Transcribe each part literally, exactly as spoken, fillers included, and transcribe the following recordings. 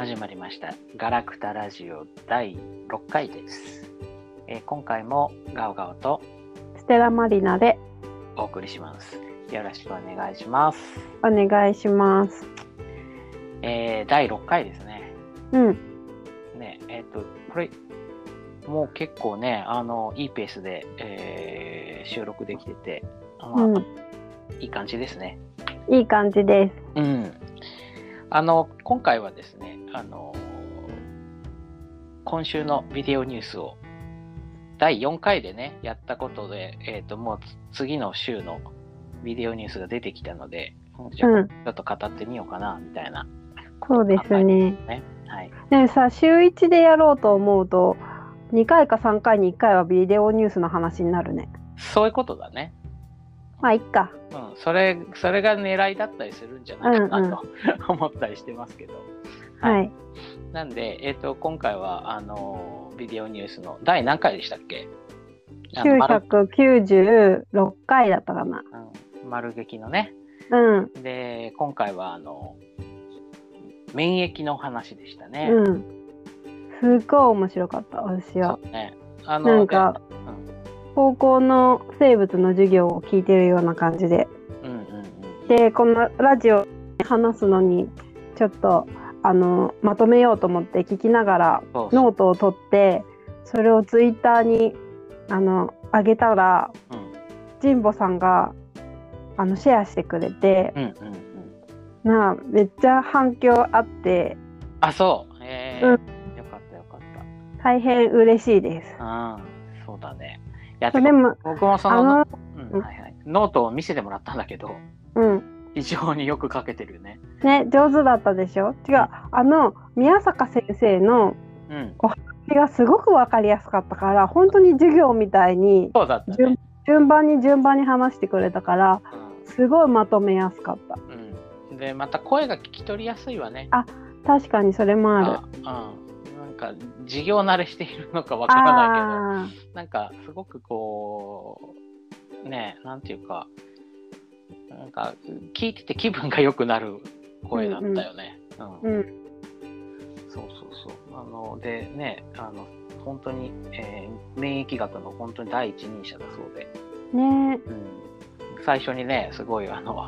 始まりましたガラクタラジオだいろっかいです、えー、今回もガオガオとステラマリナでお送りします。よろしくお願いします。 お願いします。 えー、だいろっかいですね。 うんねえっ、ー、とこれもう結構ねあのいいペースで、えー、収録できてて、まあうん、いい感じですね。 いい感じです。 うん。あの今回はですね、あの今週のビデオニュースをだいよんかいでねやったことで、えっともう次の週のビデオニュースが出てきたので、じゃあちょっと語ってみようかなみたいな、 うん。そうですね。 はい。 ね、さ週いちでやろうと思うとにかいかさんかいにいっかいはビデオニュースの話になるね。 そういうことだね。 まあいっか。 うん、それそれが狙いだったりするんじゃないかなと、うんうん、思ったりしてますけど。 はい。はい、 なんで、えっと今回はあのビデオニュースの第何回でしたっけ？ きゅうひゃくきゅうじゅうろっかいだったかな。 うん、丸劇のね。 うん。 で今回はあの免疫の話でしたね。 うん。すごい面白かった私は。 そうね。あのなんか、うん、高校の生物の授業を聞いてるような感じで。うんうんうん、でこのラジオ話すのにちょっとあのまとめようと思って聞きながらノートを取ってそれをツイッターにあの上げたら、うん、神保さんがあのシェアしてくれて、うんうんうん、なめっちゃ反響あって、 あそう、えーうん、よかったよかった。 大変嬉しいです。 あそうだね。いやでも僕もその、の、うんはいはい、ノートを見せてもらったんだけど、うん、非常によく書けてるね。 ね、上手だったでしょ。違う、あの宮坂先生のお話がすごく分かりやすかったから、本当に授業みたいにそうだったね、 順、順番に順番に話してくれたから、うん、すごいまとめやすかった。 うん、でまた声が聞き取りやすいわね。 あ、確かにそれもある。 あ、うん、なんか授業慣れしているのか分からないけど、なんかすごくこうね、なんていうか。なんか聞いてて気分が良くなる声だったよね。うんうんうん、そうそうそう。あのでね、あの本当に、えー、免疫学の本当に第一人者だそうで。ね、うん。最初にね、すごいあの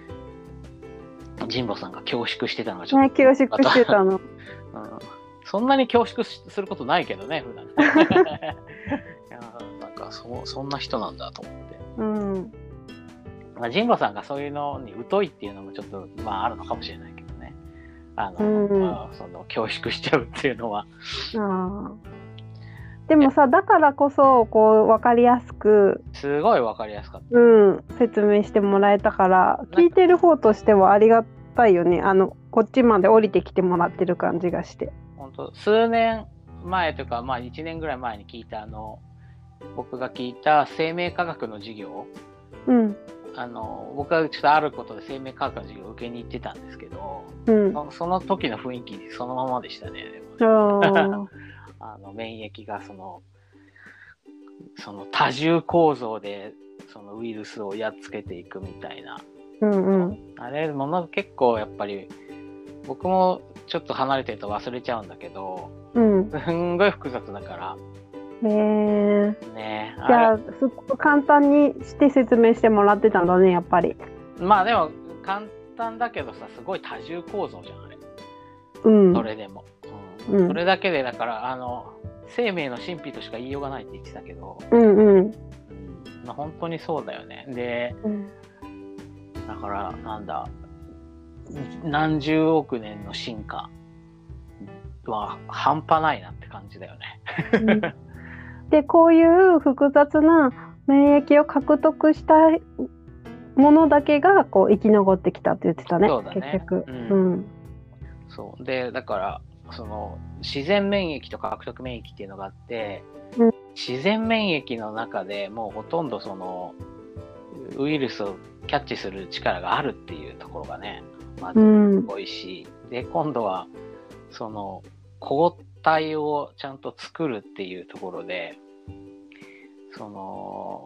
神保さんが恐縮してたのがちょっと、 ね、恐縮してたの。うん、 そんなに恐縮することないけどね、普段。いやなんかそそんな人なんだと思って。うん。まあ、神保さんがそういうのに疎いっていうのもちょっと、まあ、あるのかもしれないけどね。あの、うんまあ、その恐縮しちゃうっていうのは。あでもさ、だからこそこう分かりやすくすごい分かりやすかった、 うん、説明してもらえたから聞いてる方としてはありがたいよね。あのこっちまで降りてきてもらってる感じがして。 本当数年前というか、まあ、いちねんぐらい前に聞いたあの僕が聞いた生命科学の授業、うんあの僕はちょっとあることで生命科学の授業を受けに行ってたんですけど、うん、その時の雰囲気そのままでしたね。でもあの免疫がそのその多重構造でそのウイルスをやっつけていくみたいな、うんうん、あれもの結構やっぱり僕もちょっと離れてると忘れちゃうんだけど、うん、すんごい複雑だから。 へえ。ね、じゃあすごく簡単にして説明してもらってたんだねやっぱり。 まあでも簡単だけどさすごい多重構造じゃない。うん。それでも、うんうん、それだけでだからあの生命の神秘としか言いようがないって言ってたけど、うんうん。うんまあ、本当にそうだよね。で、うん、だからなんだ何十億年の進化は半端ないなって感じだよね。 うんでこういう複雑な免疫を獲得したものだけがこう生き残ってきたって言ってたね。 そうだね結局、 うんうん、そうでだからその自然免疫と獲得免疫っていうのがあって、うん、自然免疫の中でもうほとんどそのウイルスをキャッチする力があるっていうところがねまずすごいし、うん、で今度はその抗体をちゃんと作るっていうところでその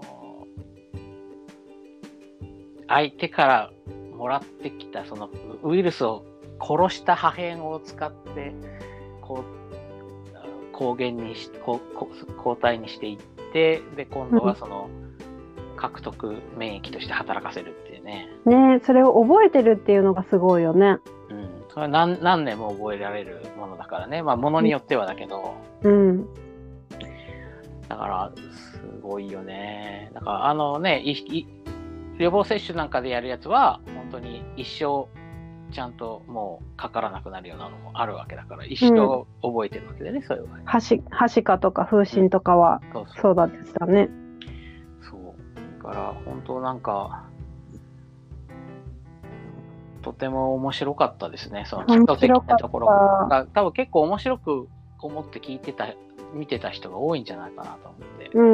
相手からもらってきたそのウイルスを殺した破片を使ってこう抗原にしこ抗体にしていって、で今度はその獲得免疫として働かせるっていうね。 ね、それを覚えてるっていうのがすごいよね。 うん、それは 何, 何年も覚えられるものだからね。まあものによってはだけど。 うん。 だからすごいよね。だからあのね、いい予防接種なんかでやるやつは本当に一生ちゃんともうかからなくなるようなのもあるわけだから、一生覚えてるわけでね、うん、そういう場合。 はし、はしかとか風疹とかは、うん、そうそうそうだったね。 そう。だから本当なんかとても面白かったですね。その基礎的なところが多分結構面白く思って聞いてた見てた人が多いんじゃないかなと思って。 うん。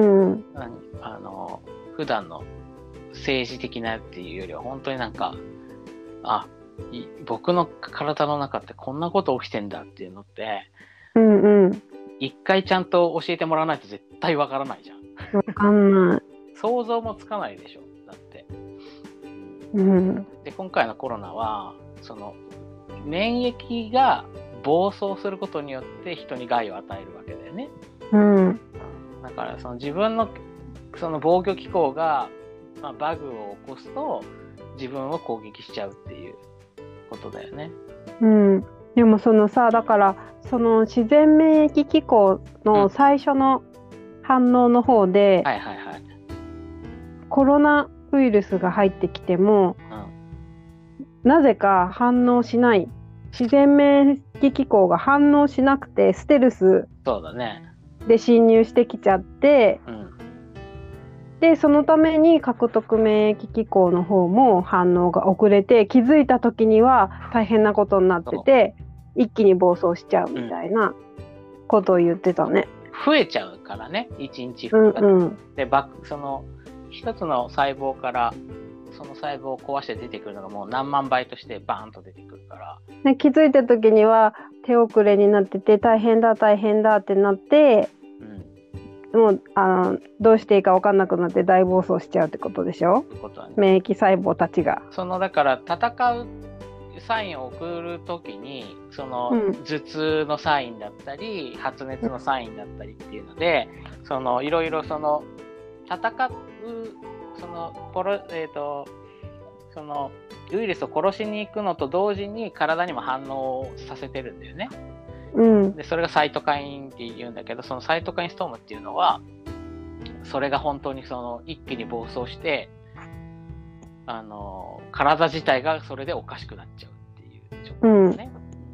あの普段の政治的なっていうよりは本当になんかあ僕の体の中ってこんなこと起きてんだっていうのって、 うんうん、 一回ちゃんと教えてもらわないと絶対わからないじゃん。 わかんない。 想像もつかないでしょ。だって。 うん、で今回のコロナはその免疫が暴走することによって人に害を与えるわけだよね。 うん、 だからその自分のその防御機構が、まあ、バグを起こすと自分を攻撃しちゃうっていうことだよね。 うん。でもそのさ、だからその自然免疫機構の最初の反応の方で、 うん、はいはいはい。 コロナウイルスが入ってきても、うん、なぜか反応しない。自然免疫機構が反応しなくてステルスで侵入してきちゃって、うん、でそのために獲得免疫機構の方も反応が遅れて、気づいた時には大変なことになってて一気に暴走しちゃうみたいなことを言ってたね。 増えちゃうからね、いちにちふつかで、うんうん、でバその一つの細胞からその細胞を壊して出てくるのがもう何万倍としてバーンと出てくるから、 ね、気づいた時には手遅れになってて大変だ大変だってなって、うん、もうあのどうしていいか分かんなくなって大暴走しちゃうってことでしょ。 ってことはね、 免疫細胞たちがそのだから戦うサインを送る時にその頭痛のサインだったり、うん、発熱のサインだったりっていうので、そのいろいろその戦うその殺、えーと、そのウイルスを殺しに行くのと同時に体にも反応をさせてるんだよね。 うん、 でそれがサイトカインって言うんだけど、そのサイトカインストームっていうのはそれが本当にその一気に暴走してあの体自体がそれでおかしくなっちゃうっていう状況ですね。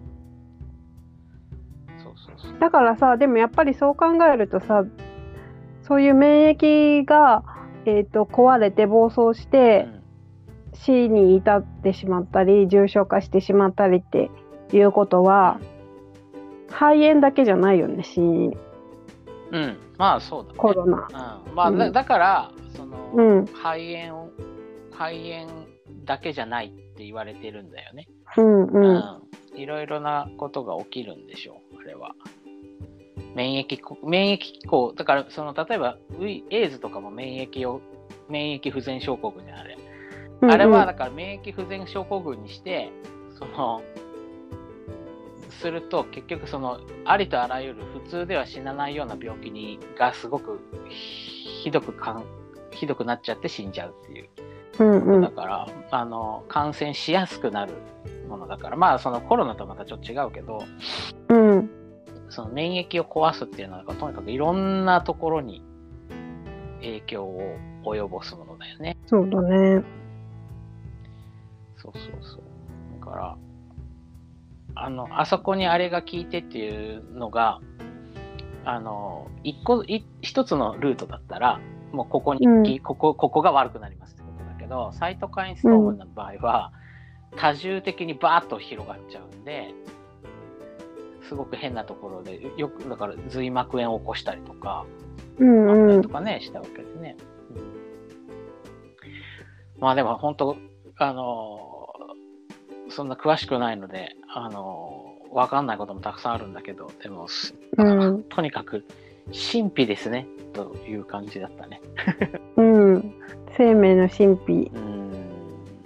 うん、そうそうそう。 だからさ、でもやっぱりそう考えるとさ、そういう免疫がえー、と壊れて暴走して、うん、死に至ってしまったり重症化してしまったりっていうことは、うん、肺炎だけじゃないよね、死因。 うん、まあそうだね。 コロナ。 うん、まあ、うん、だ, だからその、うん、肺炎肺炎だけじゃないって言われてるんだよね。 うんうん。 うん、いろいろなことが起きるんでしょう、あれは。免疫免疫機構だからその例えばエイズとかも免疫を免疫不全症候群じゃんあれ、うんうん、あれはだから免疫不全症候群にしてそのすると結局そのありとあらゆる普通では死なないような病気にがすごくひどくかんひどくなっちゃって死んじゃうっていう、うんうん、だからあの感染しやすくなるものだから、まあそのコロナとまたちょっと違うけど、 うん、 その免疫を壊すっていうのはとにかくいろんなところに影響を及ぼすものだよね。 そうだね。 そうそうそう。だからあのあそこにあれが効いてっていうのがあの一個い一つのルートだったらもうここに、うん、ここここが悪くなりますってことだけど、サイトカインストームの場合は、うん、多重的にバーッと広がっちゃうんで。すごく変なところでよくだから髄膜炎を起こしたりとか、 うんうん、 あったりとかねしたわけですね。うん、まあでも本当あのそんな詳しくないのであの分かんないこともたくさんあるんだけど、でも、うん、とにかく神秘ですねという感じだったね。 うん、生命の神秘。 うん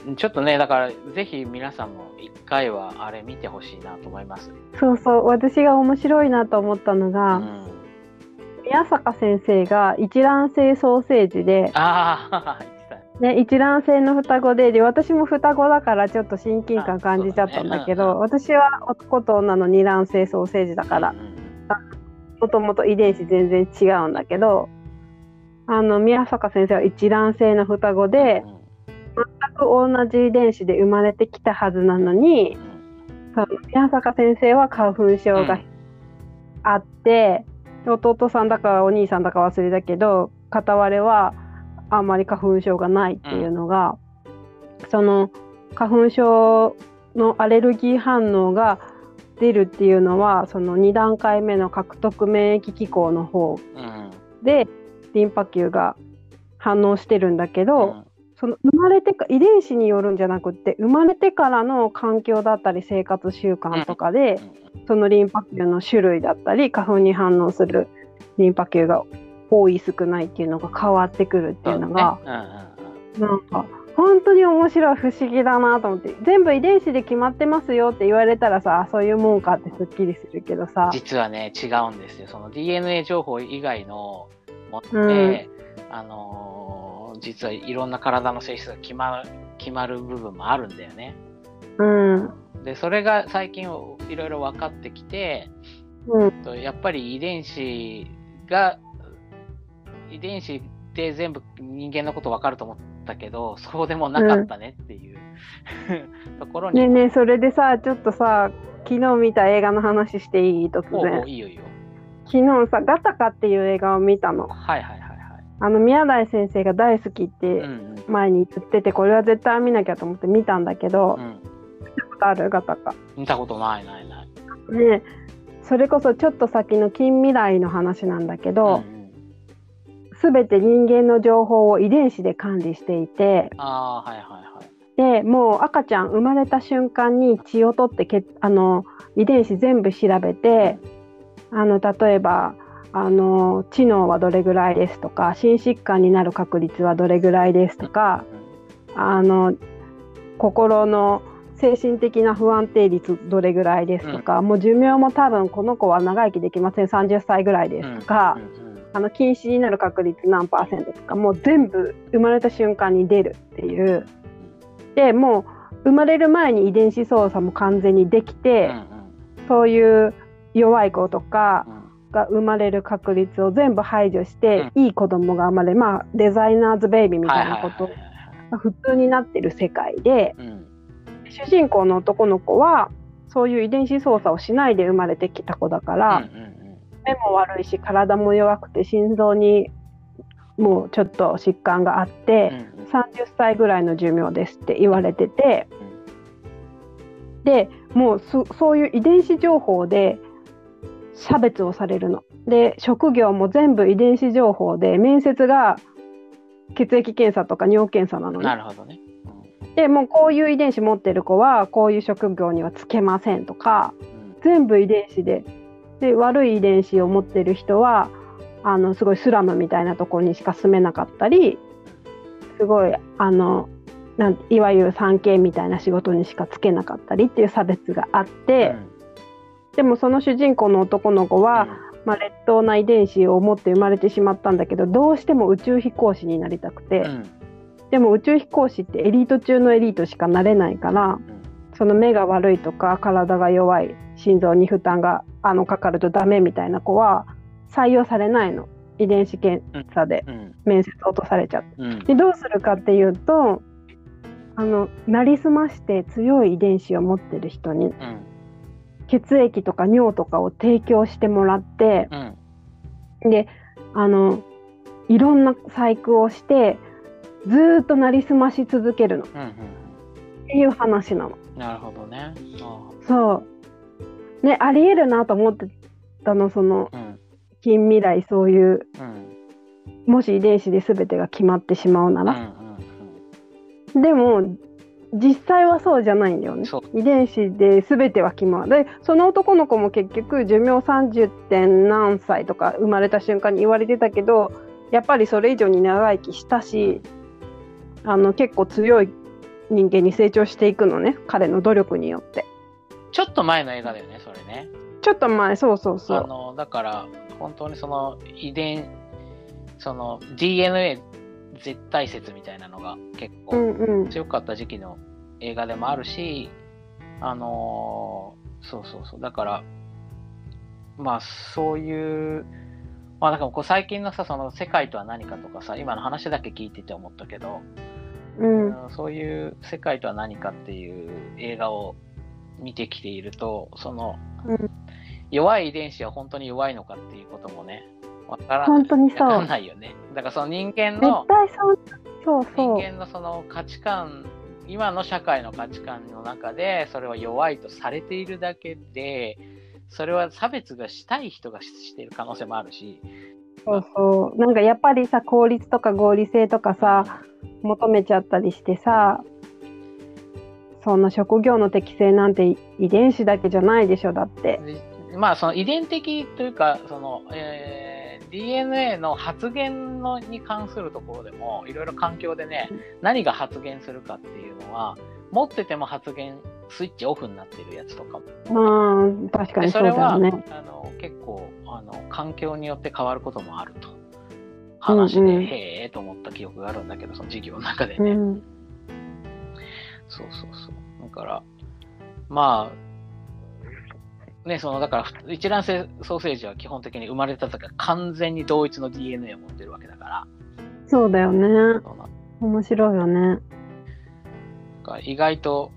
ちょっとね、だからぜひ皆さんも一回はあれ見てほしいなと思います。 そうそう、私が面白いなと思ったのが、うん、宮坂先生が一卵性ソーセージで、 あね、一卵性の双子で、で私も双子だからちょっと親近感感じちゃったんだけど、ね、私は男と女の二卵性ソーセージだから、もともと遺伝子全然違うんだけど、あの宮坂先生は一卵性の双子で、うん、全く同じ遺伝子で生まれてきたはずなのに、その宮坂先生は花粉症があって、うん、弟さんだかお兄さんだか忘れたけど片割れはあんまり花粉症がないっていうのが、うん、その花粉症のアレルギー反応が出るっていうのはそのに段階目の獲得免疫機構の方でリンパ球が反応してるんだけど、うん、その生まれてか遺伝子によるんじゃなくって生まれてからの環境だったり生活習慣とかで、うん、そのリンパ球の種類だったり花粉に反応するリンパ球が多い少ないっていうのが変わってくるっていうのが、うんうん、なんか本当に面白い不思議だなと思って、全部遺伝子で決まってますよって言われたらさ、そういうもんかってすっきりするけどさ、 実はね違うんですよ。その ディーエヌエー 情報以外のもので、うん、あのー、実はいろんな体の性質が決まる決まる部分もあるんだよね。 うん、 でそれが最近いろいろ分かってきて、うん、やっぱり遺伝子が遺伝子で全部人間のこと分かると思ったけど、そうでもなかったねっていう、うん、ところに。 ねえねえ、それでさ、ちょっとさ、昨日見た映画の話していい？突然。 おういいよいいよ。 昨日さ、ガタカっていう映画を見たの。 はいはいはいはい。 あの宮台先生が大好きって前に言ってて、これは絶対見なきゃと思って見たんだけど、うん、見たことある？ガタカ。 見たことないないない。 ねえ、それこそちょっと先の近未来の話なんだけど、すべ、うん、て人間の情報を遺伝子で管理していて、 あー、はいはいはい、 でもう赤ちゃん生まれた瞬間に血を取ってけあの遺伝子全部調べて、あの例えばあの知能はどれぐらいですとか、心疾患になる確率はどれぐらいですとか、あの心の精神的な不安定率どれぐらいですとか、うん、もう寿命も多分この子は長生きできません、さんじゅっさいぐらいですとか、うんうんうん、あの近視になる確率何パーセントとか、もう全部生まれた瞬間に出るっていう。でもう生まれる前に遺伝子操作も完全にできて、うんうん、そういう弱い子とかが生まれる確率を全部排除して、うん、いい子供が生まれ、まあデザイナーズベイビーみたいなことが普通になってる世界で、うん、主人公の男の子はそういう遺伝子操作をしないで生まれてきた子だから、うんうんうん、目も悪いし体も弱くて心臓にもうちょっと疾患があって、うんうん、さんじゅっさいぐらいの寿命ですって言われてて、うん、でもう そ, そういう遺伝子情報で差別をされるので、職業も全部遺伝子情報で、面接が血液検査とか尿検査なのね。 なるほどね、 うん、でもうこういう遺伝子持ってる子はこういう職業にはつけませんとか、うん、全部遺伝子で、で悪い遺伝子を持ってる人はあのすごいスラムみたいなところにしか住めなかったり、すごいあのなんいわゆる産経みたいな仕事にしかつけなかったりっていう差別があって、うん、でもその主人公の男の子は、うんまあ、劣等な遺伝子を持って生まれてしまったんだけど、どうしても宇宙飛行士になりたくて、うん、でも宇宙飛行士ってエリート中のエリートしかなれないから、うん、その目が悪いとか体が弱い、心臓に負担があのかかるとダメみたいな子は採用されないの。遺伝子検査で面接落とされちゃって、うん、でどうするかっていうと、あのなりすまして強い遺伝子を持ってる人に、うん、血液とか尿とかを提供してもらって、うん、であのいろんな細工をしてずーっとなりすまし続けるの、うんうん、っていう話なの。 なるほどね。 そうね、ありえるなと思ってたの、その、うん、近未来そういう、うん、もし遺伝子で全てが決まってしまうなら、うんうんうん、でも実際はそうじゃないんだよね。遺伝子で全ては決まる。でその男の子も結局寿命さんじゅうてん何歳とか生まれた瞬間に言われてたけど、やっぱりそれ以上に長生きしたし、あの結構強い人間に成長していくのね、彼の努力によって。 ちょっと前の映画だよね、それね。 ちょっと前、そうそうそう。 あのだから本当にその遺伝、その ディーエヌエー 絶対説みたいなのが結構強かった時期の映画でもあるし、うんうん、あのそうそうそう、だからまあそういう、まあだからこう最近のさ、その世界とは何かとかさ、今の話だけ聞いてて思ったけど、うん、そういう世界とは何かっていう映画を見てきていると、その、うん、弱い遺伝子は本当に弱いのかっていうこともね、わからない。 本当にそう。 わかんないよね。だからその人間の、 絶対そう、そうそう。 人間のその価値観、今の社会の価値観の中で、それは弱いとされているだけで、それは差別がしたい人がしている可能性もあるし。 そうそう。なんかやっぱりさ、効率とか合理性とかさ、求めちゃったりしてさ、そんな職業の適性なんて遺伝子だけじゃないでしょ、だって。 まあその遺伝的というか、その、えー、ディーエヌエー の発現のに関するところでもいろいろ環境でね、何が発現するかっていうのは、持ってても発現スイッチオフになってるやつとかも、まあ確かにそうだよね。 それはあの結構あの環境によって変わることもあると話で、うんうん、へえと思った記憶があるんだけど、その授業の中でね、うん、そうそうそう、だからまあね、そのだから一卵性ソーセージは基本的に生まれた時は完全に同一の ディーエヌエー を持ってるわけだから。 そうだよね。面白いよね。 意外と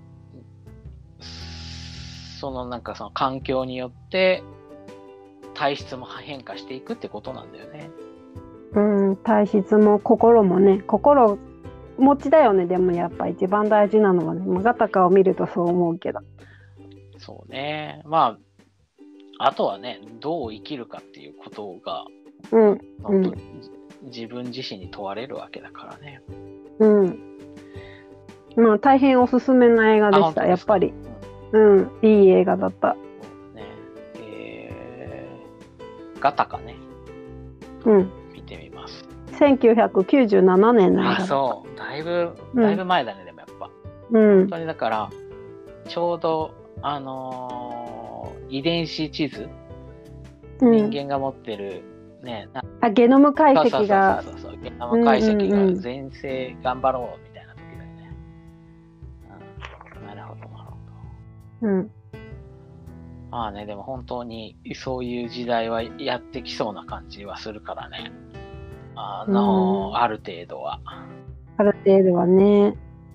そのなんかその環境によって体質も変化していくってことなんだよね。 うん、体質も心もね、心持ちだよね。でもやっぱ一番大事なのはね、ガタカを見るとそう思うけど。 そうね。まああとはね、どう生きるかっていうことが、 うんうん、 自分自身に問われるわけだからね。 うん。まあ大変おすすめな映画でした、やっぱり。うん、いい映画だった。 ね、えー、ガタカね。 うん。 見てみます。 せんきゅうひゃくきゅうじゅうななねんの映画だった。 あ、そう。だいぶ、だいぶ前だね、うん、でもやっぱ。 うん。 本当にだから、ちょうど、あのー、遺伝子地図、うん、人間が持ってる、ね。 あ、ゲノム解析が。 そうそうそうそう。ゲノム解析が全盛頑張ろうみたいな時だよね。うん、なるほど、なるほど。 うん。 まあね、でも本当にそういう時代はやってきそうな感じはするからね。あの、うん、ある程度は。 ある程度はね。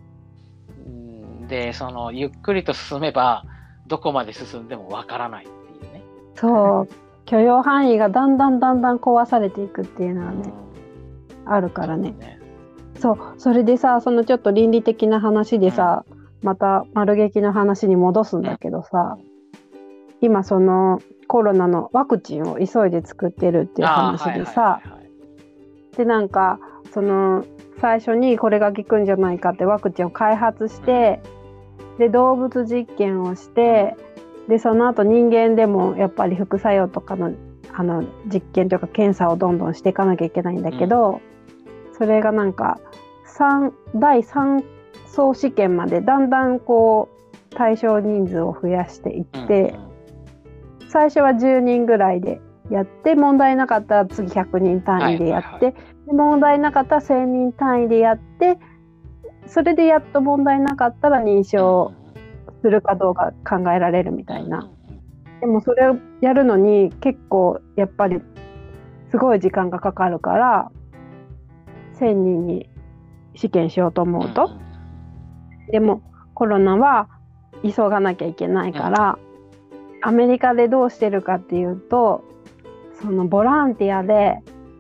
で、そのゆっくりと進めばどこまで進んでもわからないっていうね。 そう。許容範囲がだんだんだんだん壊されていくっていうのはね、うん、あるからね。そうね。そう。それでさ、そのちょっと倫理的な話でさ、うん、また丸劇の話に戻すんだけどさ、うん、今そのコロナのワクチンを急いで作ってるっていう話でさ、でなんかその最初にこれが効くんじゃないかってワクチンを開発して、うん、で動物実験をして、でその後人間でもやっぱり副作用とかの、あの実験とか検査をどんどんしていかなきゃいけないんだけど、うん、それがなんかだいさん総試験までだんだんこう対象人数を増やしていって、うん、最初はじゅうにんぐらいでやって問題なかったら次ひゃくにん単位でやって、はいはいはい、で問題なかったらせんにん単位でやって、それでやっと問題なかったら認証するかどうか考えられるみたいな。でもそれをやるのに結構やっぱりすごい時間がかかるから、せんにんに試験しようと思うと、でもコロナは急がなきゃいけないから、アメリカでどうしてるかっていうと、そのボランティアで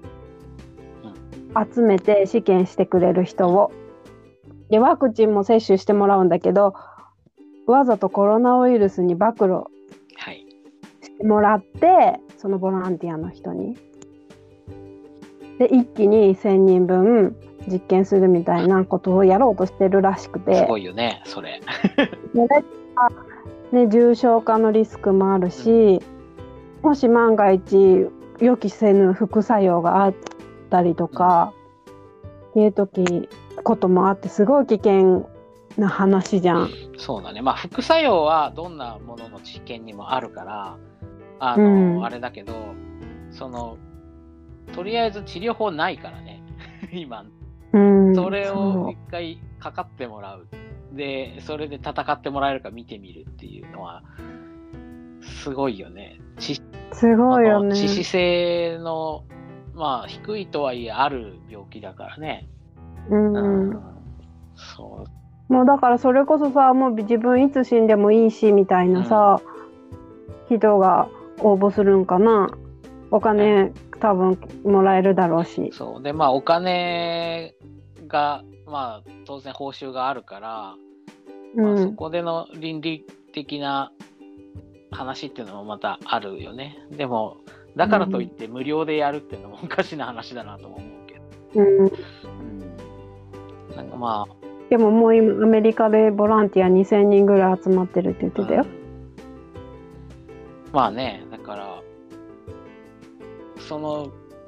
集めて試験してくれる人を、でワクチンも接種してもらうんだけど、わざとコロナウイルスに暴露してもらって、はい、そのボランティアの人にで一気にせんにんぶん実験するみたいなことをやろうとしてるらしくて、 すごいよねそれ。 それはね、重症化のリスクもあるし、うん、もし万が一予期せぬ副作用があったりとか、うん、っていう時こともあって、すごい危険な話じゃん。 そうだね。まあ副作用はどんなものの治験にもあるからあの、うん、あれだけどそのとりあえず治療法ないからね今、うん、それを一回かかってもらうでそれで戦ってもらえるか見てみるっていうのはすごいよね。 すごいよね。 致死性のまあ低いとはいえある病気だからね。 うん、うん、そうもうだからそれこそさもう自分いつ死んでもいいしみたいなさ、うん、人が応募するんかな。お金、ね、多分もらえるだろうし。 そうでまあお金がまあ当然報酬があるから、うんまあ、そこでの倫理的な話っていうのもまたあるよね。でもだからといって無料でやるっていうのもおかしな話だなと思うけど、うんうん、なんかまあでももう今アメリカでボランティアにせんにんぐらい集まってるって言ってたよ、 うん、まあねだからその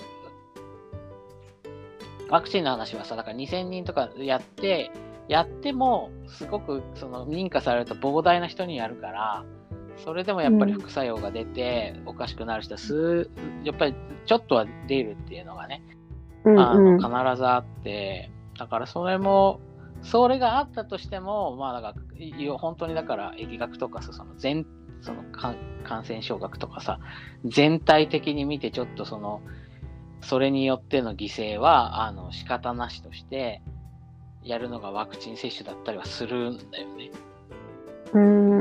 ワクチンの話はさだからにせんにんとかやってやってもすごくその認可されると膨大な人にやるからそれでもやっぱり副作用が出ておかしくなる人はすやっぱりちょっとは出るっていうのがね、うんうん、あの必ずあってだからそれもそれがあったとしてもまあだから本当にだから疫学とかさその全その感染症学とかさ全体的に見てちょっとそのそれによっての犠牲はあの仕方なしとしてやるのがワクチン接種だったりはするんだよね。 うん、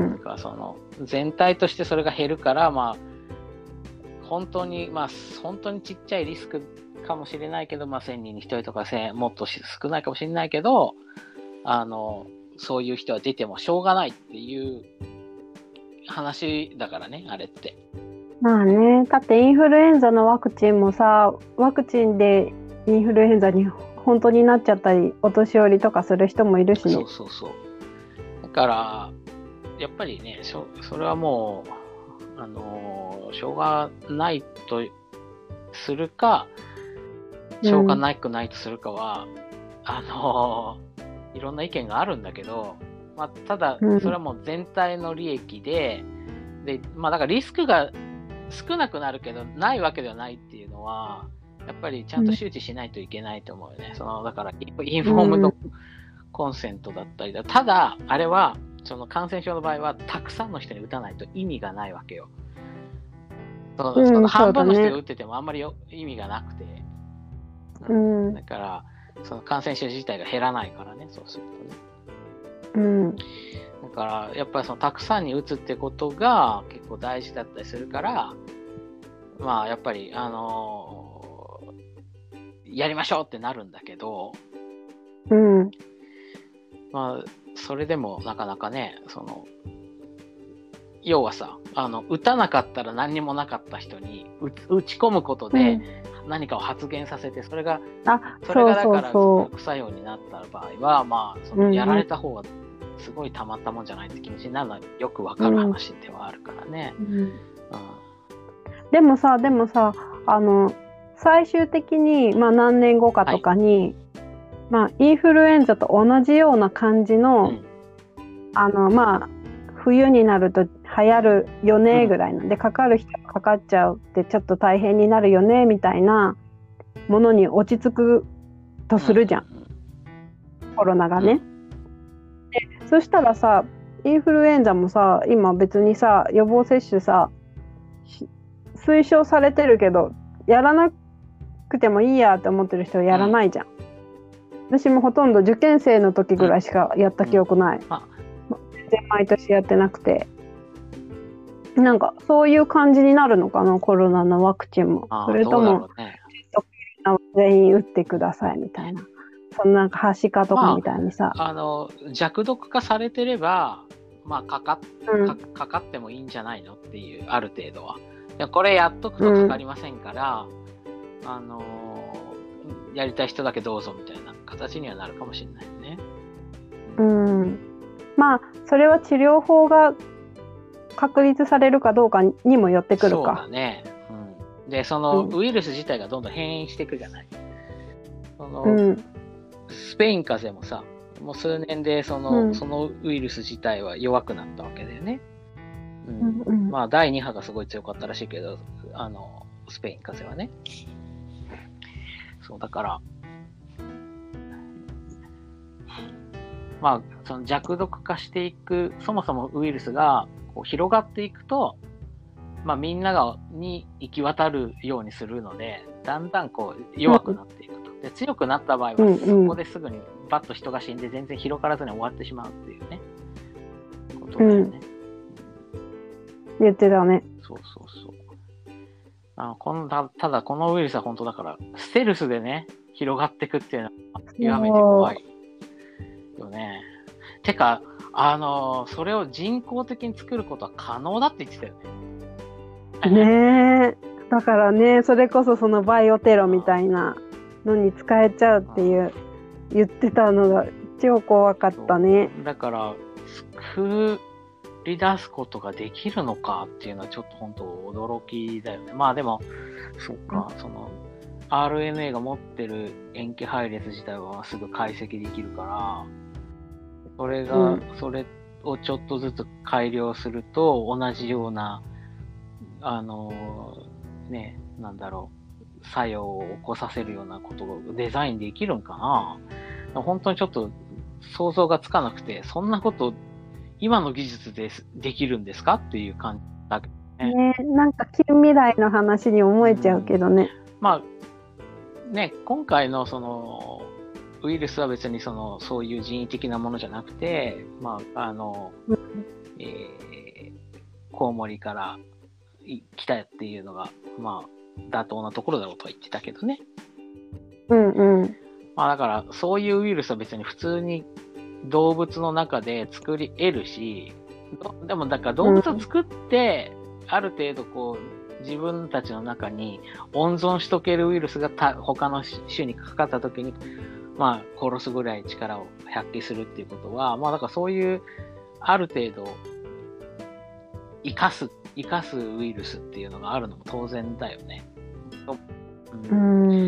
だからその全体としてそれが減るからまあ本当にまあ本当にちっちゃいリスクかもしれないけどまあせんにんにひとりとかもっと少ないかもしれないけどあのそういう人は出てもしょうがないっていう話だからねあれって。 まあねだってインフルエンザのワクチンもさワクチンでインフルエンザに本当になっちゃったりお年寄りとかする人もいるしね。 そうそうそうだからやっぱりね そ, それはもうあのしょうがないとするかしょうがなくないとするかは、うん、あのいろんな意見があるんだけど、まあ、ただそれはもう全体の利益で、うん、でまあだからリスクが少なくなるけどないわけではないっていうのはやっぱりちゃんと周知しないといけないと思うよね、うん、そのだからインフォームドコンセントだったりだただあれはその感染症の場合はたくさんの人に打たないと意味がないわけよ。その、うん、その半分の人が打っててもあんまりよ意味がなくて、うん、だからその感染症自体が減らないからねそうするとね、うん、 だからやっぱりそのたくさんに打つってことが結構大事だったりするからまあやっぱりあのー、やりましょうってなるんだけど、 うん、 まあそれでもなかなかねその要はさあの打たなかったら何にもなかった人に打ち込むことで何かを発現させて、うん、それがそれがだから副作用になった場合はまあそのやられた方がすごいたまったもんじゃないって気持ちになるのはよくわかる話ではあるからね、うんうんうん、 でもさでもさあの最終的に、まあ、何年後かとかに、はいまあ、インフルエンザと同じような感じの、うん、あのまあ冬になると流行るよねぐらいなんで、うん、かかる人がかかっちゃうってちょっと大変になるよねみたいなものに落ち着くとするじゃん、うん、コロナがね、うん、でそしたらさインフルエンザもさ今別にさ予防接種さ推奨されてるけどやらなくてもいいやって思ってる人はやらないじゃん、うん、私もほとんど受験生の時ぐらいしかやった記憶ない、うんうん、全然毎年やってなくてなんかそういう感じになるのかなコロナのワクチンもそれとも、ね、全員打ってくださいみたいなそんななんかはしかとかみたいにさ、 まあ、あの弱毒化されてればまあかか、うん、か, かかってもいいんじゃないのっていうある程度はこれやっとくとかかりませんから、うん、あのやりたい人だけどうぞみたいな形にはなるかもしれないね。 うん、まあそれは治療法が確立されるかどうかにもよってくるか。 そうだね。うん、でそのウイルス自体がどんどん変異していくじゃない。その、うん、スペイン風邪もさもう数年でその、うん、そのウイルス自体は弱くなったわけだよね。うんうんうん、まあだいに波がすごい強かったらしいけど、あのスペイン風邪はね。そうだから、まあその弱毒化していく、そもそもウイルスがこう広がっていくと、まあみんながに行き渡るようにするので、だんだんこう弱くなっていくと。で強くなった場合はそこですぐにバッと人が死んで全然広がらずに終わってしまうっていうね、ことだよね。 うん、言ってたね。 そうそうそう。あこの た, ただこのウイルスは本当だからステルスでね広がっていくっていうのは極めて怖いよね。てかあのそれを人工的に作ることは可能だって言ってたよね。 ねえ、だからね、それこそそのバイオテロみたいなのに使えちゃうっていう言ってたのが超怖かったね。 だから作り出すことができるのかっていうのはちょっと本当驚きだよね。まあでもそうか、その アールエヌエー が持ってる塩基配列自体はすぐ解析できるから、それが、うん、それをちょっとずつ改良すると同じようなあのね、なんだろう、作用を起こさせるようなことをデザインできるんかな。本当にちょっと想像がつかなくて、そんなこと今の技術でできるんですかっていう感じだけどね。 ね、なんか近未来の話に思えちゃうけどね。 うん、まあね、今回のそのウイルスは別にそのそういう人為的なものじゃなくて、まああの、うん、えー、コウモリから来たっていうのがまあ妥当なところだろうとは言ってたけどね。 うんうん。 まあだからそういうウイルスは別に普通に動物の中で作り得るし、でもだから動物を作って、うん、ある程度こう自分たちの中に温存しとけるウイルスがた他の種にかかった時にまあ殺すぐらい力を発揮するっていうことは、まあだからそういうある程度生かす生かすウイルスっていうのがあるのも当然だよね。 うん、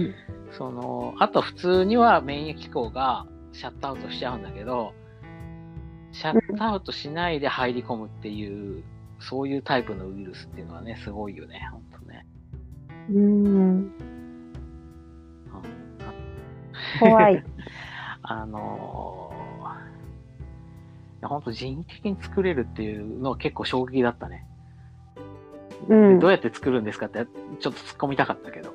そのあと普通には免疫機構がシャットアウトしちゃうんだけど、シャットアウトしないで入り込むっていう、そういうタイプのウイルスっていうのはね、すごいよね、ほんとね。 うーん。怖い。 あのー、ほんと人為的に作れるっていうのは結構衝撃だったね。うん、どうやって作るんですかってちょっと突っ込みたかったけど。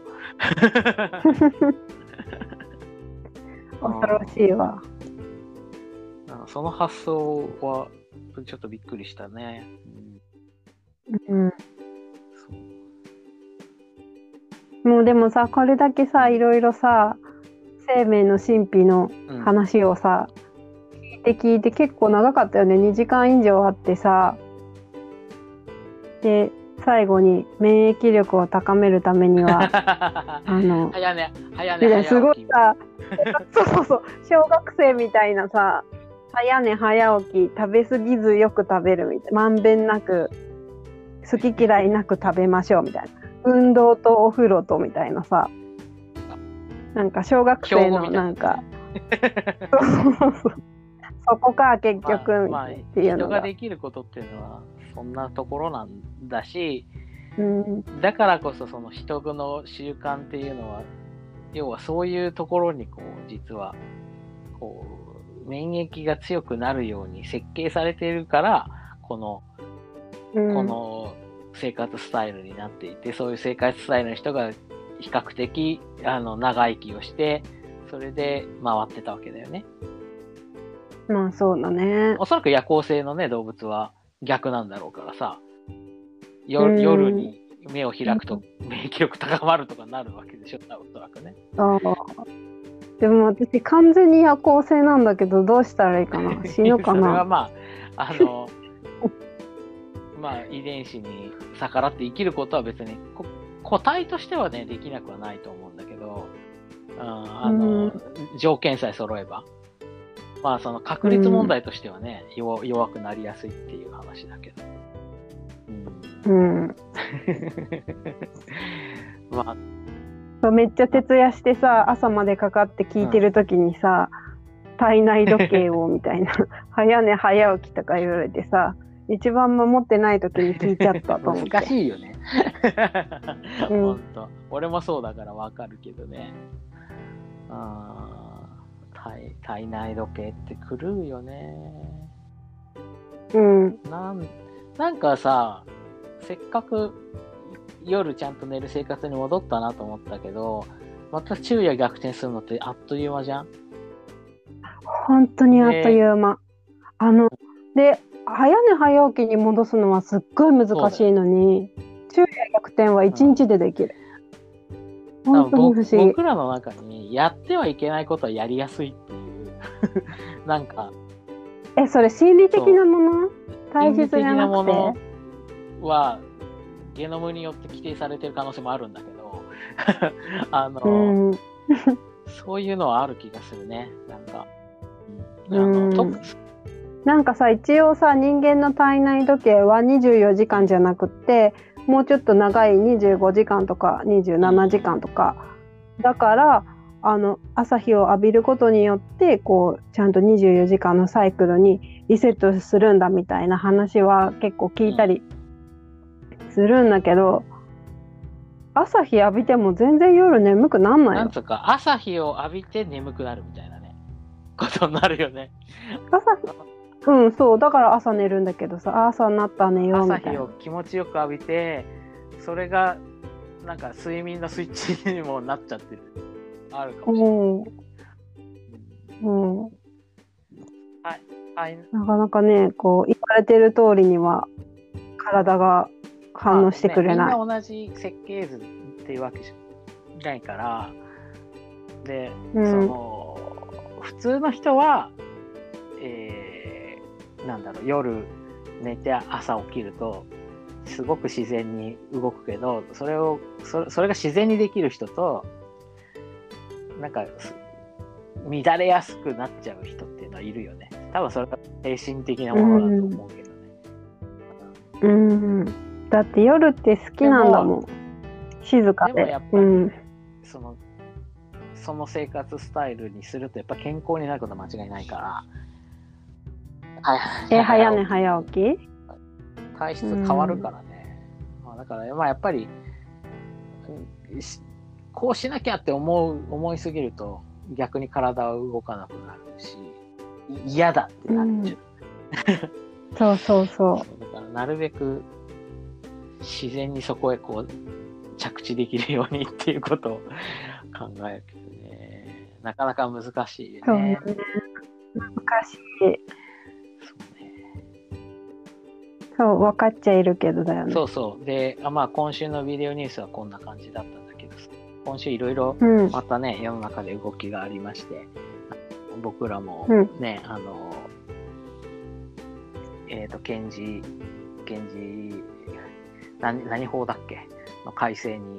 恐ろしいわ。 その発想はちょっとびっくりしたね。 うん。うん、もうでもさ、これだけさ、いろいろさ、生命の神秘の話をさ、うん、聞いて聞いて結構長かったよね。にじかん以上あってさ。で、最後に免疫力を高めるためにはあの早寝早寝早起きすごいさそうそうそう小学生みたいなさ早寝早起き食べ過ぎずよく食べるみたいなまんべんなく好き嫌いなく食べましょうみたいな運動とお風呂とみたいなさなんか小学生のなんかそこか結局、まあまあ、っていうのが人ができることっていうのはそんなところなんだし、 うん、 だからこそその人の習慣っていうのは要はそういうところにこう実はこう免疫が強くなるように設計されているからこの、うん、この生活スタイルになっていてそういう生活スタイルの人が比較的あの長生きをしてそれで回ってたわけだよね。 まあそうだね。 おそらく夜行性のね動物は逆なんだろうからさ、よ夜に目を開くと免疫力高まるとかなるわけでしょ、おそらくね。 ああ。でも私完全に夜行性なんだけどどうしたらいいかな、死ぬかな。 それはまああのまあ遺伝子に逆らって生きることは別に個体としてはねできなくはないと思うんだけど、あの条件さえ揃えば。まあその確率問題としてはね、うん、弱, 弱くなりやすいっていう話だけど。 うん。うん、 まあめっちゃ徹夜してさ朝までかかって聞いてる時にさ、 体内時計をみたいな早寝早起きとか言われてさ、一番守ってない時に聞いちゃったと思って難しいよねうん、ほんと俺もそうだから分かるけどね。あ 体, 体内時計って狂うよね。 うんなん、なんかさ、せっかく夜ちゃんと寝る生活に戻ったなと思ったけど、また昼夜逆転するのってあっという間じゃん。 本当にあっという間。あので早寝早起きに戻すのはすっごい難しいのに、昼夜逆転はいちにちでできる。うん、本当に不思議。 僕らの中にやってはいけないことはやりやすいっていうなんかえそれ心理的なもの？体質じゃなくて？心理的なものはゲノムによって規定されてる可能性もあるんだけどあの、うん、そういうのはある気がするね。なんか、 うん、あのなんかさ、一応さ、人間の体内時計はにじゅうよじかんじゃなくってもうちょっと長いにじゅうごじかんとかにじゅうななじかんとか、だからあの朝日を浴びることによってこうちゃんとにじゅうよじかんのサイクルにリセットするんだみたいな話は結構聞いたりするんだけど、朝日浴びても全然夜眠くなんないよ。 なんとか朝日を浴びて眠くなるみたいなねことになるよね。 朝うんそうだから朝寝るんだけどさ、朝になった寝ようみたいな。 朝日を気持ちよく浴びて、それがなんか睡眠のスイッチにもなっちゃってる。あるかもしれない。うん。うん、はいはい。なかなかねこう言われてる通りには体が反応してくれない。 ね、みんな同じ設計図っていうわけじゃないから、で、うん、その普通の人は、えー、なんだろう夜寝て朝起きるとすごく自然に動くけど、それをそれ、それが自然にできる人となんか乱れやすくなっちゃう人っていうのはいるよね。多分それが精神的なものだと思うけどね。 うん、うんだって夜って好きなんだもん。静かで。 でもやっぱり、うん、そのその生活スタイルにするとやっぱ健康になることは間違いないから。 はい、え早寝早起き？ 体質変わるからね。うんまあ、だからまあやっぱりこうしなきゃって思う思いすぎると逆に体は動かなくなるし嫌だってなるんじゃ、 うん、そうそうそう。 だからなるべく自然にそこへこう着地できるようにっていうことを考えるけどね、なかなか難しいね。 そうね、難しい。 そうね。 そう分かっちゃいるけどだよね。 そうそうで、あまあ今週のビデオニュースはこんな感じだったんだけど、今週いろいろまたね、うん、世の中で動きがありまして、僕らもね、うん、あのえっ、ー、と検事検事何, 何法だっけの改正に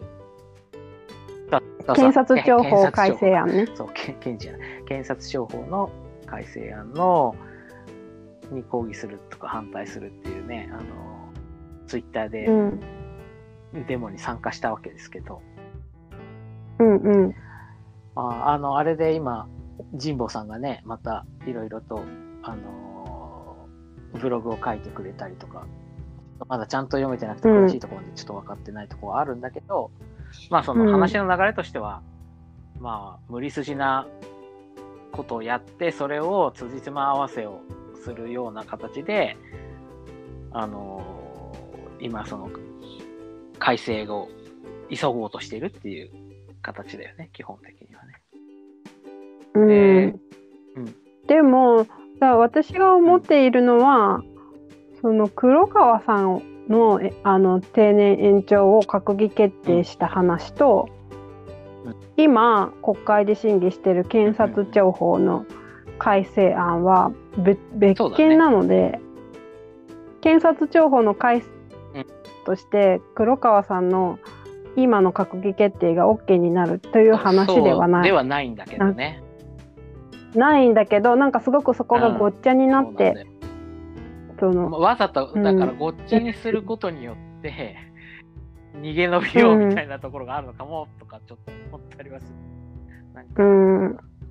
検察庁法改正案ね。 そう検事じゃない検察庁法の改正案のに抗議するとか反対するっていうね、あのツイッターでデモに参加したわけですけど、 うんうん、 あ, あのあれで今神保さんがねまたいろいろとあのブログを書いてくれたりとか、まだちゃんと読めてなくて詳しいところでちょっと分かってないところはあるんだけど、うん、まあその話の流れとしては、うん、まあ無理筋なことをやってそれを辻褄合わせをするような形であのー、今その改正を急ごうとしているっていう形だよね、基本的にはね。 うんで、うん、でもさ私が思っているのは、うん、その黒川さんの、あの定年延長を閣議決定した話と、うん、今国会で審議している検察庁法の改正案は 別, 別件なので、ね、検察庁法の改正として黒川さんの今の閣議決定が OK になるという話ではない。 ではないんだけどね。 な, ないんだけどなんかすごくそこがごっちゃになって、 うん、そのわざとだからごっちゃにすることによって、うん、逃げ延びようみたいなところがあるのかもとかちょっと思ったりはする。なんかうん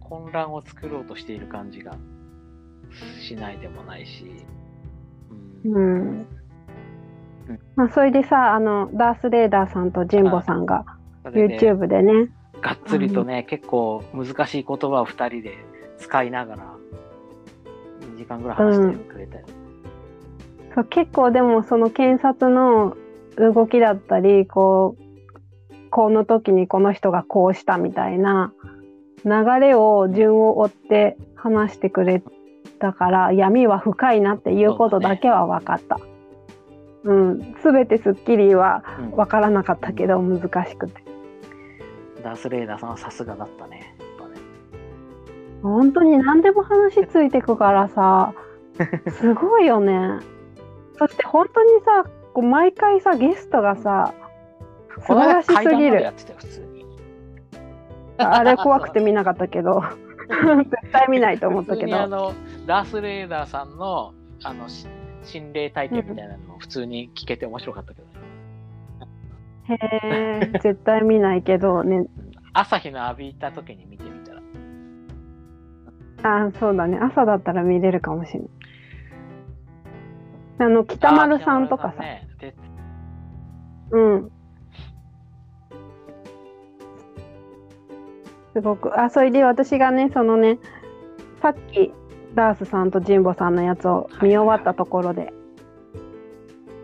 混乱を作ろうとしている感じがしないでもないし、 うん、うんまあ、それでさあのダース・レーダーさんとジンボさんが YouTube でねがっつりとね、結構難しい言葉をふたりで使いながらにじかんぐらい話してくれたよ、 うん、そう結構でもその検察の動きだったりこうこの時にこの人がこうしたみたいな流れを順を追って話してくれたから闇は深いなっていうことだけは分かった。うん、全てスッキリは分からなかったけど、うん、難しくて。 ダース・レイダーさんはさすがだったね。やっぱね本当に何でも話ついてくからさすごいよね。そして本当にさこう毎回さゲストがさ素晴らしすぎる。あれ怖くて見なかったけど絶対見ないと思ったけどあのダース・レイダーさんのあの心霊体験みたいなのを普通に聞けて面白かったけどね、へえ絶対見ないけどね朝日の浴びた時に見てみたらあそうだね朝だったら見れるかもしれない。あの北丸さんとかさ、ね、うんすごくあそれで私がねそのねさっきダースさんとジンボさんのやつを見終わったところで、はいはいはい、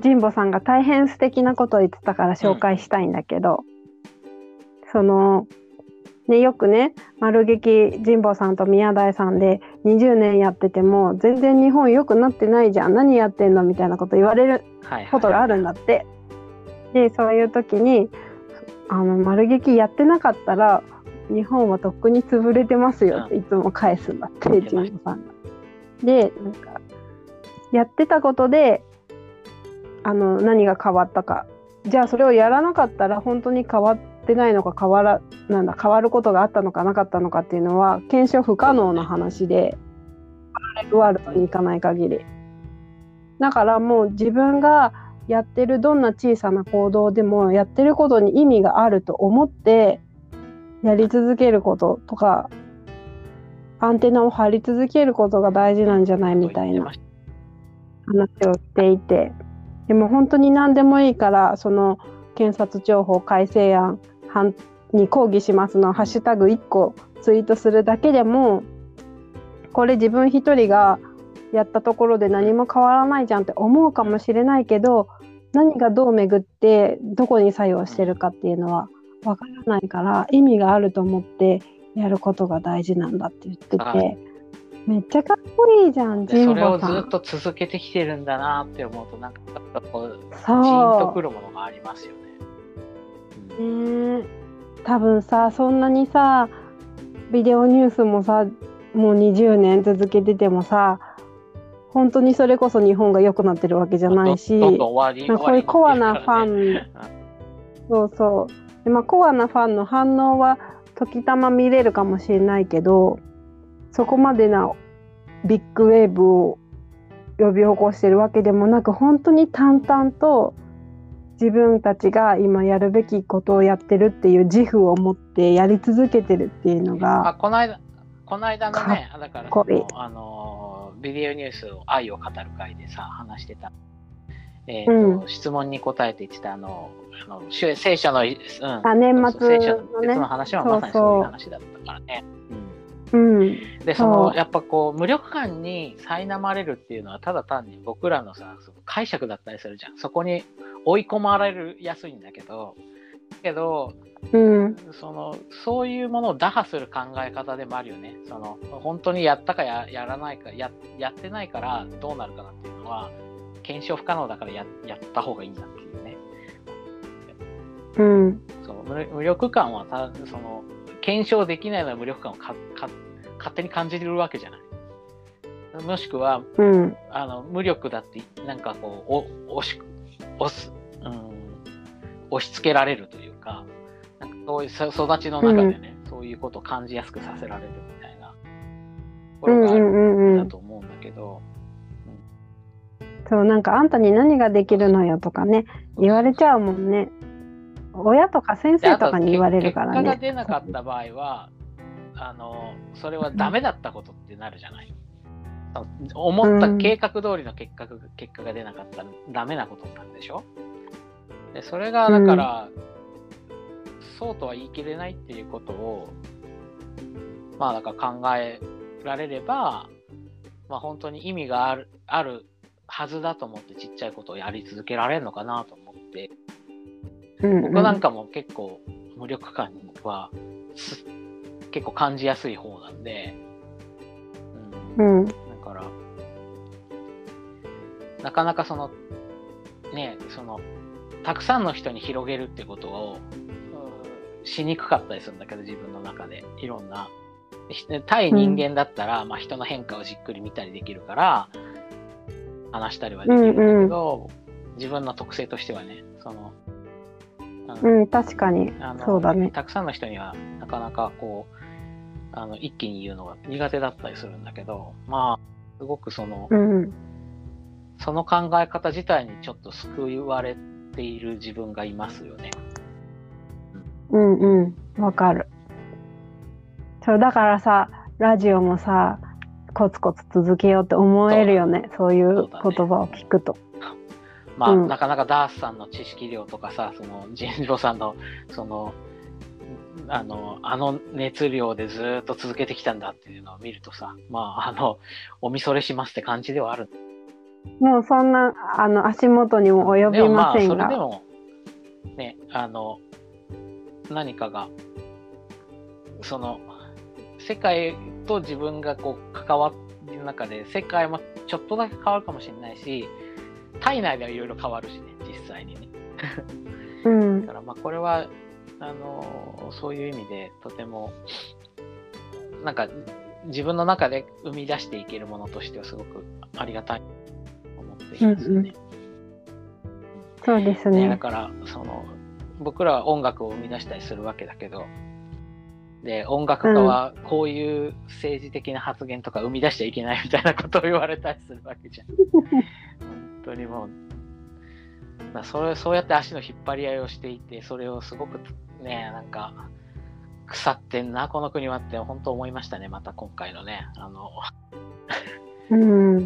ジンボさんが大変素敵なことを言ってたから紹介したいんだけど、うん、そのねよくね丸劇ジンボさんと宮台さんでにじゅうねんやってても全然日本良くなってないじゃん何やってんのみたいなこと言われることがあるんだって、はいはいはい、でそういう時にあの丸劇やってなかったら日本はとっくに潰れてますよっていつも返すんだって、うん、ジンボさんが。でなんかやってたことであの何が変わったかじゃあそれをやらなかったら本当に変わってないのか変わらなんだ変わることがあったのかなかったのかっていうのは検証不可能な話でパラレルワールドに行かない限りだからもう自分がやってるどんな小さな行動でもやってることに意味があると思ってやり続けることとかアンテナを張り続けることが大事なんじゃないみたいな話をしていてでも本当に何でもいいからその検察庁法改正案に抗議しますのハッシュタグいっこツイートするだけでもこれ自分一人がやったところで何も変わらないじゃんって思うかもしれないけど何がどう巡ってどこに作用してるかっていうのはわからないから意味があると思ってやることが大事なんだって言っててめっちゃかっこいいじゃんジンボさん。それをずっと続けてきてるんだなって思うとなんかこうジーンとくるものがありますよね。 うん、ね多分さそんなにさビデオニュースもさもうにじゅうねん続けててもさ本当にそれこそ日本が良くなってるわけじゃないしどんどん終わり、 まあ、そういうコアなファンそうそうで、まあ、コアなファンの反応は時たま見れるかもしれないけどそこまでなビッグウェーブを呼び起こしてるわけでもなく本当に淡々と自分たちが今やるべきことをやってるっていう自負を持ってやり続けてるっていうのがあこの間この間のねだからそのあのビデオニュースを愛を語る会でさ話してた、えーとうん、質問に答えて言ってたあのあの聖書の、うん、 あ年末のねの話はまさにそういう話だったからね。 うん、 でそのやっぱこう無力感に苛まれるっていうのはただ単に僕らのさその解釈だったりするじゃん。そこに追い込まれるやすいんだけどけど、 うん、 そのそういうものを打破する考え方でもあるよね。その本当にやったか や, やらないか や, やってないからどうなるかなっていうのは検証不可能だから や, やった方がいいんだっていうね。 うん、 その 無, 無力感はたその検証できないのは無力感をかか勝手に感じるわけじゃない。もしくは、 うん、 あの無力だってなんかこうお押し押す、うん、押し付けられるというか、なんかそういう育ちの中でね、うん、そういうことを感じやすくさせられるみたいなところがあるんだと思うんだけど、 うんうんうん、そうなんかあんたに何ができるのよとかね言われちゃうもんね。親とか先生とかに言われるからね。 結果が出なかった場合はあのそれはダメだったことってなるじゃない。思った計画通りの結果が、結果が出なかったらダメなことなんでしょ。でそれがだから、うん、そうとは言い切れないっていうことをまあだから考えられれば、まあ本当に意味がある、あるはずだと思ってちっちゃいことをやり続けられるのかなと思って、うんうん、僕なんかも結構無力感は結構感じやすい方なんで、うん、うん、だからなかなかそのねそのたくさんの人に広げるってことを、うん、しにくかったりするんだけど、自分の中でいろんな対人間だったら、うん、まあ、人の変化をじっくり見たりできるから話したりはできるんだけど、うんうん、自分の特性としてはね、その、 うん、確かにそうだね。 たくさんの人にはなかなかこうあの一気に言うのが苦手だったりするんだけど、まあすごくその、うん、その考え方自体にちょっと救われている自分がいますよね。 うんうん、わかる。そうだからさ、ラジオもさコツコツ続けようって思えるよね。そういう言葉を聞くと。 まあ、うん、なかなかダースさんの知識量とかさ、そのジェンジロさんのそのあのあの熱量でずっと続けてきたんだっていうのを見るとさ、まああのおみそれしますって感じではある。 もうそんなあの足元にも及びませんが。 でもまあそれでもね、あの何かがその世界と自分がこう関わる中で世界もちょっとだけ変わるかもしれないし、体内ではいろいろ変わるしね、実際にね。うん、だからまあこれはあのそういう意味でとてもなんか自分の中で生み出していけるものとしてはすごくありがたいと思っていますね。うんうん、 そうですね。 ね、だからその僕らは音楽を生み出したりするわけだけど、で音楽家はこういう政治的な発言とか生み出しちゃいけないみたいなことを言われたりするわけじゃん。本当にもうだそれそうやって足の引っ張り合いをしていて、それをすごくね、なんか腐ってんなこの国はって本当思いましたね。また今回のね、あの、うん、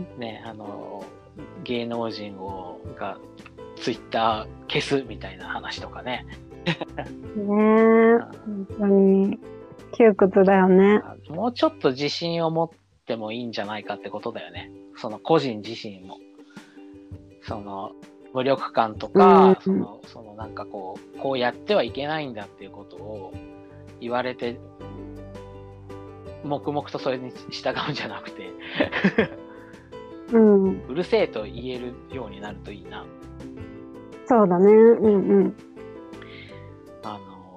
ね、あの芸能人をがツイッター消すみたいな話とかね。 ねえ、本当に窮屈だよね。 もうちょっと自信を持ってもいいんじゃないかってことだよね。その個人自身もその無力感とか、うん、そのそのなんかこうこうやってはいけないんだっていうことを言われて黙々とそれに従うんじゃなくて、うん、うるせえと言えるようになるといいな。 そうだね。うんうん。 あの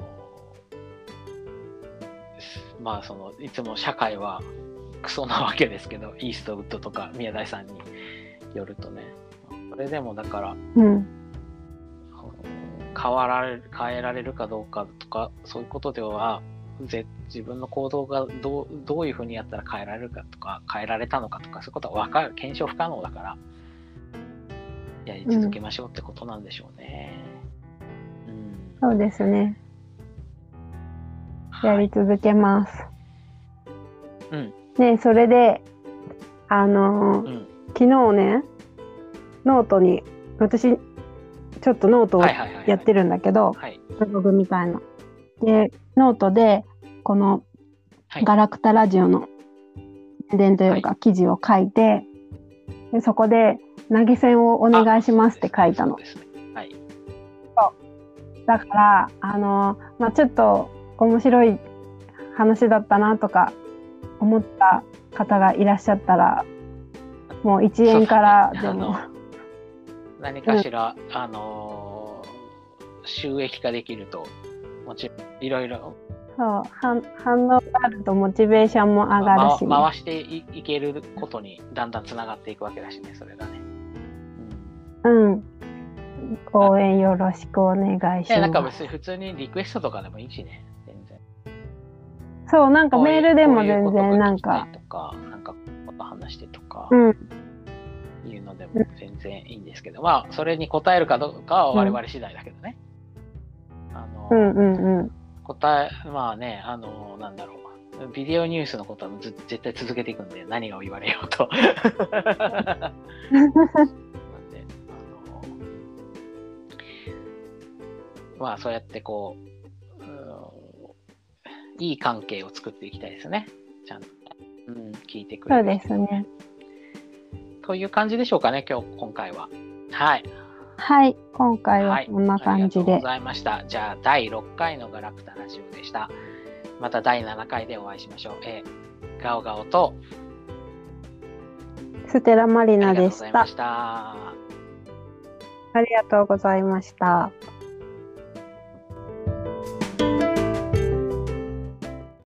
ー、まあそのいつも社会はクソなわけですけど、イーストウッドとか宮台さんによるとね。それでもだから、うん、変わられる変えられるかどうかとかそういうことではぜ自分の行動がどう、どういうふうにやったら変えられるかとか変えられたのかとかそういうことは分かる検証不可能だからやり続けましょうってことなんでしょうね。 うんうん、そうですね。やり続けます。はい、うん。ね、それであのーうん、昨日ね。ノートに私ちょっとノートをやってるんだけど、ブログみたいなでノートでこのガラクタラジオの宣伝というか記事を書いて、でそこで投げ銭をお願いしますって書いたの。はい、そうだからあの、まあ、ちょっと面白い話だったなとか思った方がいらっしゃったらもういちえんからでも何かしら、うん、あのー、収益化できるともちろんいろいろそう反応があるとモチベーションも上がるし、ね、 回してい、いけることにだんだんつながっていくわけだしね、それがね。 うん、うん、応援よろしくお願いします。 なんか別に普通にリクエストとかでもいいしね、全然。 そうなんかメールでも全然なんかとかなんかこと話してとか。うんいうのでも全然いいんですけど、まあそれに答えるかどうかは我々次第だけどね。うん、あの、うんうんうん、答えまあねあのなんだろうビデオニュースのことはず絶対続けていくんで、何が言われようと。なんで、あの、まあそうやってこう、いい関係を作っていきたいですね。ちゃんと、うん、聞いてくれる。 そうですね。 という感じでしょうかね、今日、今回は。はい。 はい、今回はこんな感じで。 はい、ありがとうございました。じゃあ、だいろっかいのガラクタラジオでした。まただいななかいでお会いしましょう。えー、ガオガオとステラマリナでした。 ありがとうございました。 ありがとうございました。